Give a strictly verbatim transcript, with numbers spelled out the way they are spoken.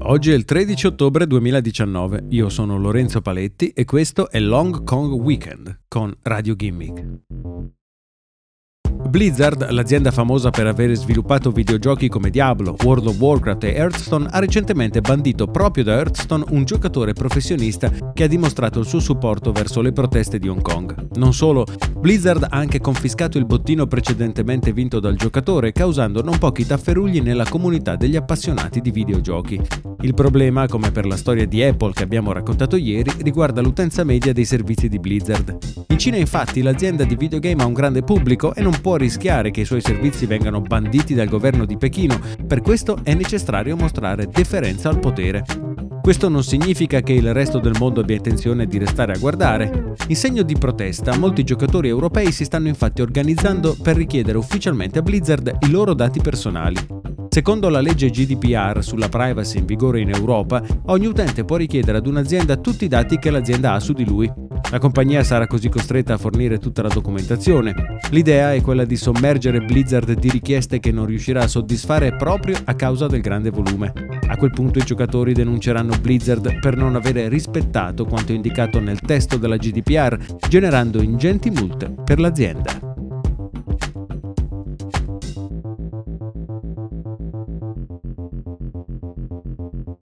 Oggi è il tredici ottobre duemiladiciannove, io sono Lorenzo Paletti e questo è Long Kong Weekend con Radio Gimmick. Blizzard, l'azienda famosa per aver sviluppato videogiochi come Diablo, World of Warcraft e Hearthstone, ha recentemente bandito proprio da Hearthstone un giocatore professionista che ha dimostrato il suo supporto verso le proteste di Hong Kong. Non solo, Blizzard ha anche confiscato il bottino precedentemente vinto dal giocatore, causando non pochi tafferugli nella comunità degli appassionati di videogiochi. Il problema, come per la storia di Apple che abbiamo raccontato ieri, riguarda l'utenza media dei servizi di Blizzard. In Cina, infatti, l'azienda di videogame ha un grande pubblico e non può rischiare che i suoi servizi vengano banditi dal governo di Pechino, per questo è necessario mostrare deferenza al potere. Questo non significa che il resto del mondo abbia intenzione di restare a guardare. In segno di protesta, molti giocatori europei si stanno infatti organizzando per richiedere ufficialmente a Blizzard i loro dati personali. Secondo la legge G D P R sulla privacy in vigore in Europa, ogni utente può richiedere ad un'azienda tutti i dati che l'azienda ha su di lui. La compagnia sarà così costretta a fornire tutta la documentazione. L'idea è quella di sommergere Blizzard di richieste che non riuscirà a soddisfare proprio a causa del grande volume. A quel punto i giocatori denunceranno Blizzard per non avere rispettato quanto indicato nel testo della G D P R, generando ingenti multe per l'azienda.